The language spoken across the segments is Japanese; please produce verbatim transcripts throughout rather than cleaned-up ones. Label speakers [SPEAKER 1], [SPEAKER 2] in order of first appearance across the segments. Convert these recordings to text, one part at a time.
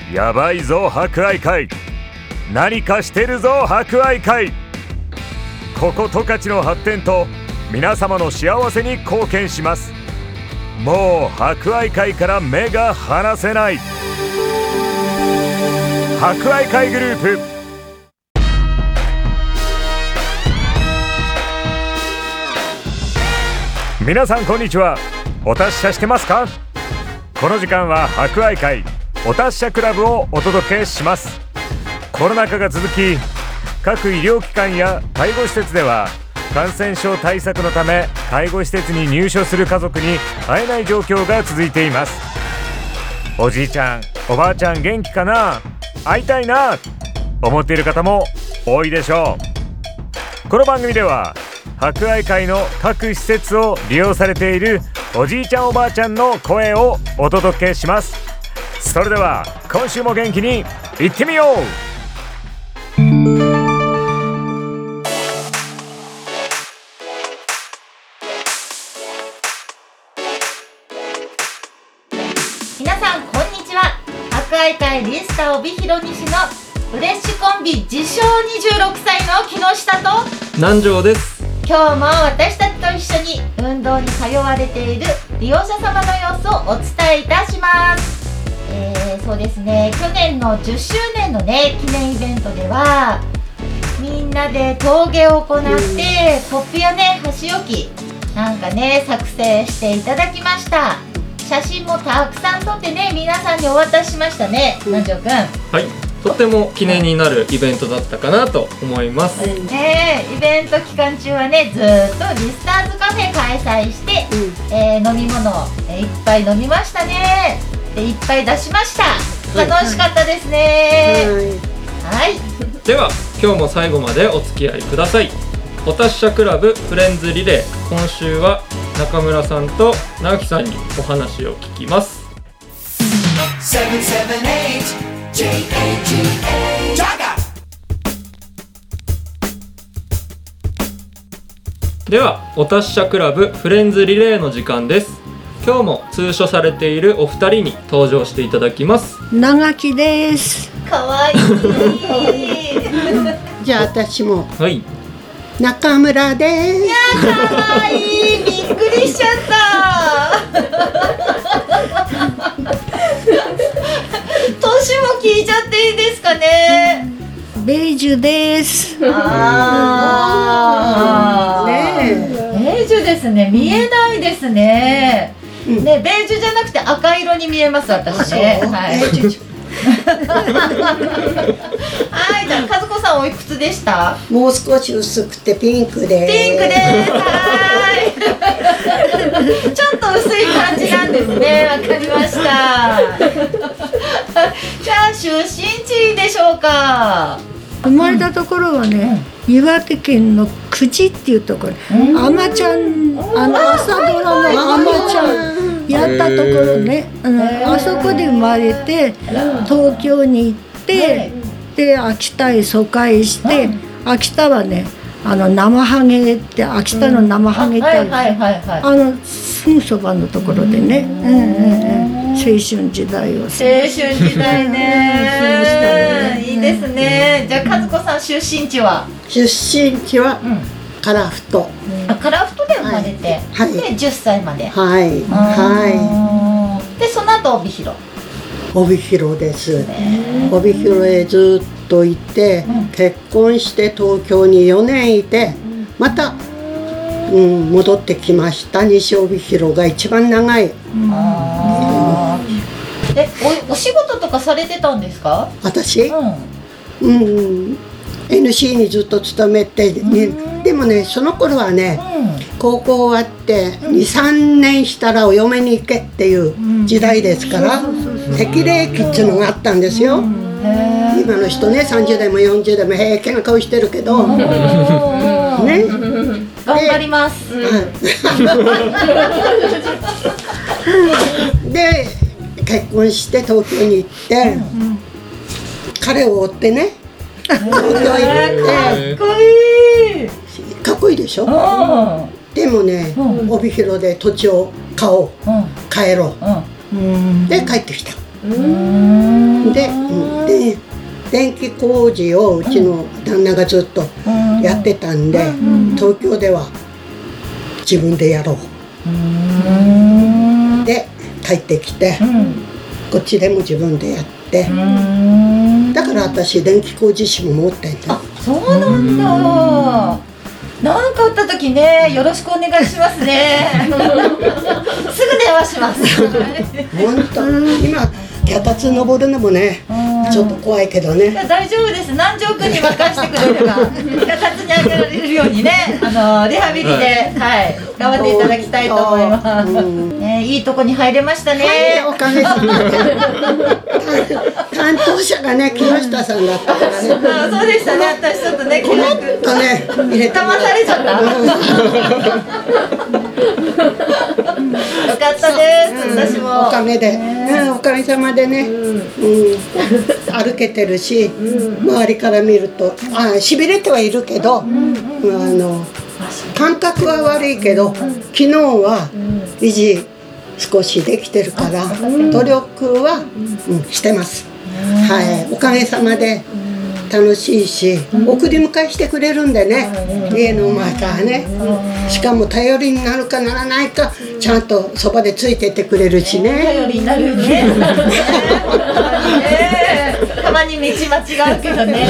[SPEAKER 1] やばいぞ博愛会、何かしてるぞ博愛会。ここ十勝の発展と皆様の幸せに貢献します。もう博愛会から目が離せない。博愛会グループ。皆さんこんにちは。お達者してますか？この時間は博愛会お達者クラブをお届けします。コロナ禍が続き、各医療機関や介護施設では感染症対策のため介護施設に入所する家族に会えない状況が続いています。おじいちゃんおばあちゃん元気かな、会いたいな思っている方も多いでしょう。この番組では博愛会の各施設を利用されているおじいちゃんおばあちゃんの声をお届けします。それでは今週も元気にいってみよう。
[SPEAKER 2] 皆さんこんにちは。博愛会リエスター帯広西のフレッシュコンビ自称にじゅうろくさいの木下と
[SPEAKER 3] 南條です。
[SPEAKER 2] 今日も私たちと一緒に運動に通われている利用者様の様子をお伝えいたします。えー、そうですね、去年のじゅっしゅうねんのね記念イベントではみんなで峠を行って、ポップやね箸置きなんかね作成していただきました。写真もたくさん撮ってね皆さんにお渡ししましたね。南條くん、
[SPEAKER 3] はい、とても記念になるイベントだったかなと思います。
[SPEAKER 2] ね、イベント期間中はねずーっとリスターズカフェ開催して、うんえー、飲み物、えー、いっぱい飲みましたね。でいっぱい出しました。楽しかったですね。はい、はい、
[SPEAKER 3] では今日も最後までお付き合いください。お達者クラブフレンズリレー、今週は中村さんと直樹さんにお話を聞きます。
[SPEAKER 4] セブンセブンエイトジェイエージェー ジャガ
[SPEAKER 3] ー。ではお達者クラブフレンズリレーの時間です。今日も通所されているお二人に登場していただきます。
[SPEAKER 5] 長木です。
[SPEAKER 2] かわいい
[SPEAKER 5] じゃあ私も
[SPEAKER 3] はい
[SPEAKER 5] 中村です。
[SPEAKER 2] いやかわいい、びっくりしちゃった年も聞いちゃっていいですかね。
[SPEAKER 5] ベージュです。
[SPEAKER 2] あーねえ、ベージュですね。見えないですね、うん、ね、ベージュじゃなくて赤色に見えます私ね。はい、はい、じゃあ和子さんおいくつでした？
[SPEAKER 5] もう少し薄くてピンクです。
[SPEAKER 2] ピンクです。はいちょっと薄い感じなんですね。わかりましたじゃあ出身地でしょうか？
[SPEAKER 5] 生まれたところはね、うん、岩手県の久慈っていうところ、あまちゃん、あの朝ドラのあまちゃんやったところね、あのあそこで生まれて東京に行って、で秋田へ疎開して、秋田はねあの生ハゲって秋田の生ハゲってある、あのすぐそばのところでね、うんうんうん、青春時代を青春
[SPEAKER 2] 時代ねいいですね。じゃあ和子さん出身地は？
[SPEAKER 5] 出身地は樺太、
[SPEAKER 2] あ、樺太で生まれて、はい、でじゅっさいまで、
[SPEAKER 5] はいはい、
[SPEAKER 2] でその後帯広
[SPEAKER 5] 帯広です。帯広へずっといて、うん、結婚して東京によねんいて、また、うん、戻ってきました。西帯広が一番長い。うん、
[SPEAKER 2] あえ お, お仕事とかされてたんですか？
[SPEAKER 5] 私、うんうん、エヌシー にずっと勤めて、ね、でもねその頃はね、うん、高校終わってにさんねんしたらお嫁に行けっていう時代ですから、適齢期っていうのがあったんですよ。うん、今の人ねさんじゅう代もよんじゅう代も平気な顔してるけどね、
[SPEAKER 2] 頑張ります。
[SPEAKER 5] で結婚して東京に行って、うんうん、彼を追ってね東京行ってかっこいいかっこいいでしょ。でもね、うん、帯広で土地を買おう、うん、帰ろう、うん、で帰ってきた。うーん
[SPEAKER 6] で、うんで電気工事をうちの旦那がずっとやってたんで、東京では自分でやろう。で帰ってきて、こっちでも自分でやって、だから私電気工事士も持ってんだ。
[SPEAKER 2] あ、そうなんだ。なんかあった時ね、よろしくお願いしますね。すぐ電話します。
[SPEAKER 6] 本当、今脚立登るのもね、ちょっと怖いけどね。
[SPEAKER 2] 大丈夫です。南條君に任せてくれれば、脚立に上げられるようにね、あのリハビリで、はい、頑張っていただきたいと思います。ね、いいとこに入れましたね。
[SPEAKER 6] おかげさまで。担当者がね、木下さんだったからね。
[SPEAKER 2] あ、そうでしたね。私ちょっとね、気がく
[SPEAKER 6] とね、入れて。
[SPEAKER 2] 騙されちゃった。よかったです。私も。
[SPEAKER 6] おかげで、おかげさまでね、歩けてるし、周りから見ると、あ、しびれてはいるけど、あの感覚は悪いけど、昨日は維持少しできてるから、努力はしてます。はい、おかげさまで。楽しいし、送り迎えしてくれるんでね、家の前からね、しかも頼りになるかならないかちゃんとそばでついてってくれるしね。
[SPEAKER 2] 頼りになるね。たまに道間違うけどね。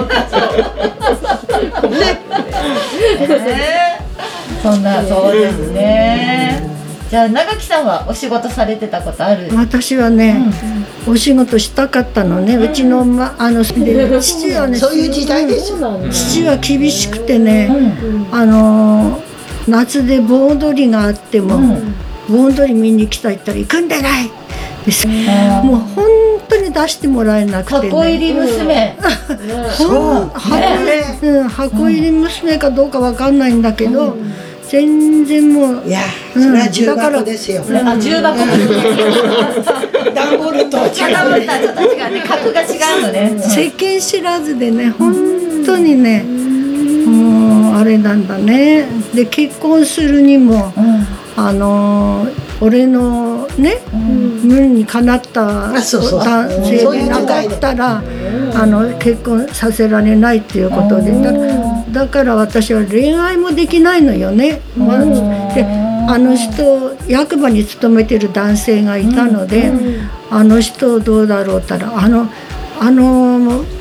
[SPEAKER 2] そんな、そうですね。じゃあ長木さんはお仕事されてたことある？
[SPEAKER 5] 私はね、うん、お仕事したかったのね、うん、うちの、ま、あので父はね、
[SPEAKER 6] そういう時代ですよ。
[SPEAKER 5] 父は厳しくてね、うん、あの夏で盆踊りがあっても、うん、盆踊り見に来たいったら行くんでないです、うん、もう本当に出してもらえなくて、ね、
[SPEAKER 2] 箱入り娘
[SPEAKER 5] そう箱入り、うん、箱入り娘かどうかわかんないんだけど、うん、全然もう、
[SPEAKER 6] いや、それは重箱ですよ。
[SPEAKER 2] うん、あ、重箱。
[SPEAKER 6] 段ボールとは違う。
[SPEAKER 2] 段ボールとはちょっと違うね。格が違うのね。
[SPEAKER 5] 世間知らずでね、本当にね、もうあれなんだね。で結婚するにも、うん、あの俺のね、無理にかなった男性でなかったら、あの結婚させられないっていうことで、だだから私は恋愛もできないのよね。であの人役場に勤めてる男性がいたので、あの人どうだろうったら、あのあの、うん、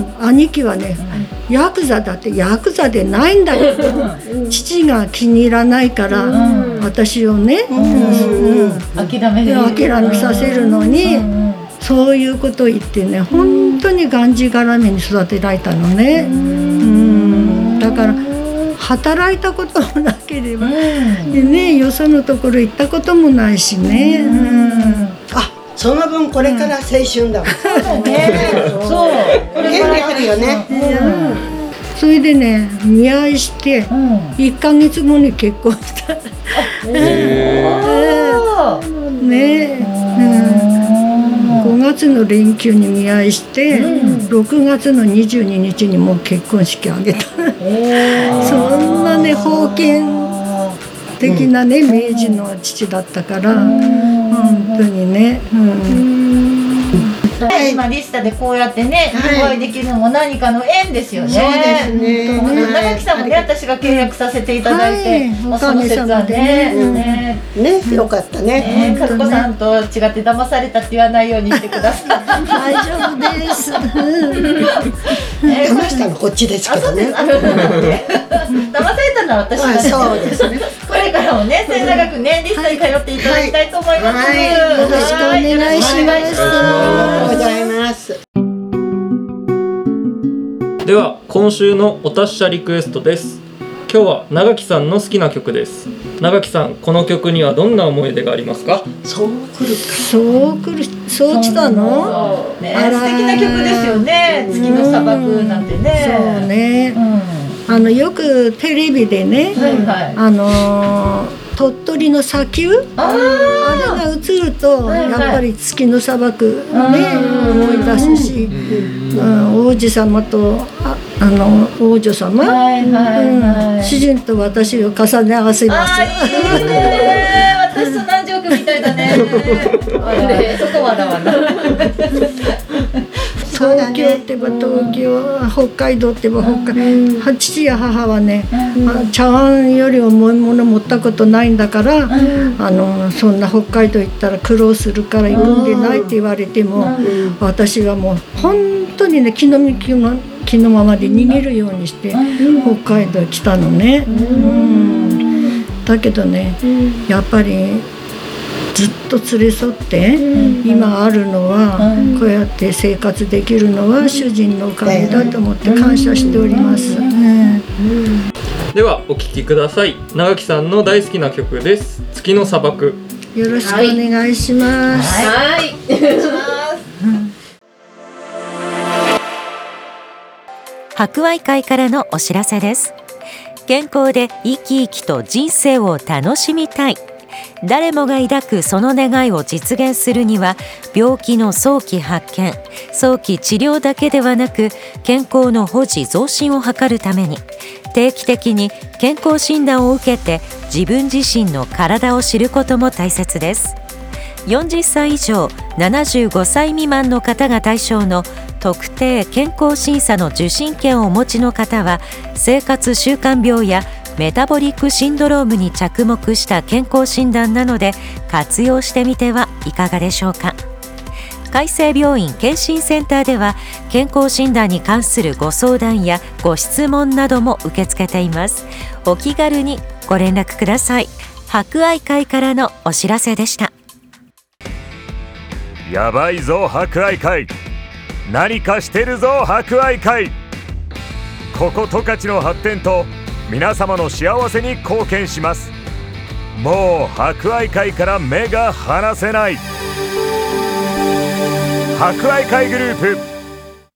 [SPEAKER 5] 兄貴はね、ヤクザだって、ヤクザでないんだけど、父が気に入らないから、私をね、
[SPEAKER 2] 諦め
[SPEAKER 5] 諦めさせるのに、そういうことを言ってね、本当にがんじがらめに育てられたのね。うん、だから働いたこともなければ、でね、よそのところ行ったこともないしね。うん、
[SPEAKER 6] あ、その分これから青春だもん。そうだね。そう。権利あるよね。
[SPEAKER 5] それでね、見合いしていっかげつごに結婚した。ね、ごがつの連休に見合いして、ろくがつのにじゅうににちにもう結婚式あげた。そんなね、封建的なね、明治の父だったから、本当にね。うん、
[SPEAKER 2] 今リスタでこうやってね、お会いできるのも何かの縁ですよね。
[SPEAKER 6] そうですね。
[SPEAKER 2] 長木さんもね、私が契約させていただいて、その節はね、
[SPEAKER 6] ね、よかったね。
[SPEAKER 2] かずこさんと違って騙されたって言わないようにしてください。
[SPEAKER 5] 大丈夫です。
[SPEAKER 6] 騙したのこっちですけどね。
[SPEAKER 2] 騙されたのは私なんです。
[SPEAKER 6] そうですね。
[SPEAKER 2] これからもね、末永くね、リスタに通っていただきたいと思います。
[SPEAKER 5] よろしくお願いします。
[SPEAKER 6] ございます。
[SPEAKER 3] では今週のお達者リクエストです。今日は長木さんの好きな曲です。長木さん、この曲にはどんな思い出がありますか？
[SPEAKER 6] そう来るか。
[SPEAKER 5] そう来る。そう来たの？
[SPEAKER 2] ね、素敵な曲ですよね。月の砂漠なんてね。
[SPEAKER 5] そうね。あのよくテレビでね、あの鳥取の砂丘、あれが映るとやっぱり月の砂漠ね、思い出すし、王子様とああの王女様、主人と私を重ね合わせます。
[SPEAKER 2] いいね。私と南條君みたいだね。そこ笑わない。
[SPEAKER 5] 東京って言えば東京、北海道って言えば北海道、父や母はね、あ茶碗より重いもの持ったことないんだから、あのそんな北海道行ったら苦労するから行くんでないって言われても、私はもう本当にね、気の身気の気のままで逃げるようにして北海道来たのね。うん、だけどね、やっぱりずっと連れ添って今あるのは、こうやって生活できるのは主人のおかげだと思って感謝しております。
[SPEAKER 3] ではお聴きください。長木さんの大好きな曲です。月の砂漠。
[SPEAKER 5] よろしくお願いします。
[SPEAKER 2] はい、お願いします。
[SPEAKER 7] 博愛会からのお知らせです。健康で生き生きと人生を楽しみたい。誰もが抱くその願いを実現するには、病気の早期発見、早期治療だけではなく、健康の保持増進を図るために、定期的に健康診断を受けて自分自身の体を知ることも大切です。よんじゅっさい以上ななじゅうごさい未満の方が対象の特定健康審査の受診券をお持ちの方は、生活習慣病やメタボリックシンドロームに着目した健康診断なので活用してみてはいかがでしょうか。海生病院健診センターでは、健康診断に関するご相談やご質問なども受け付けています。お気軽にご連絡ください。博愛会からのお知らせでした。
[SPEAKER 1] やばいぞ博愛会、何かしてるぞ博愛会。ここ十勝の発展と皆様の幸せに貢献します。もう博愛会から目が離せない。博愛会グループ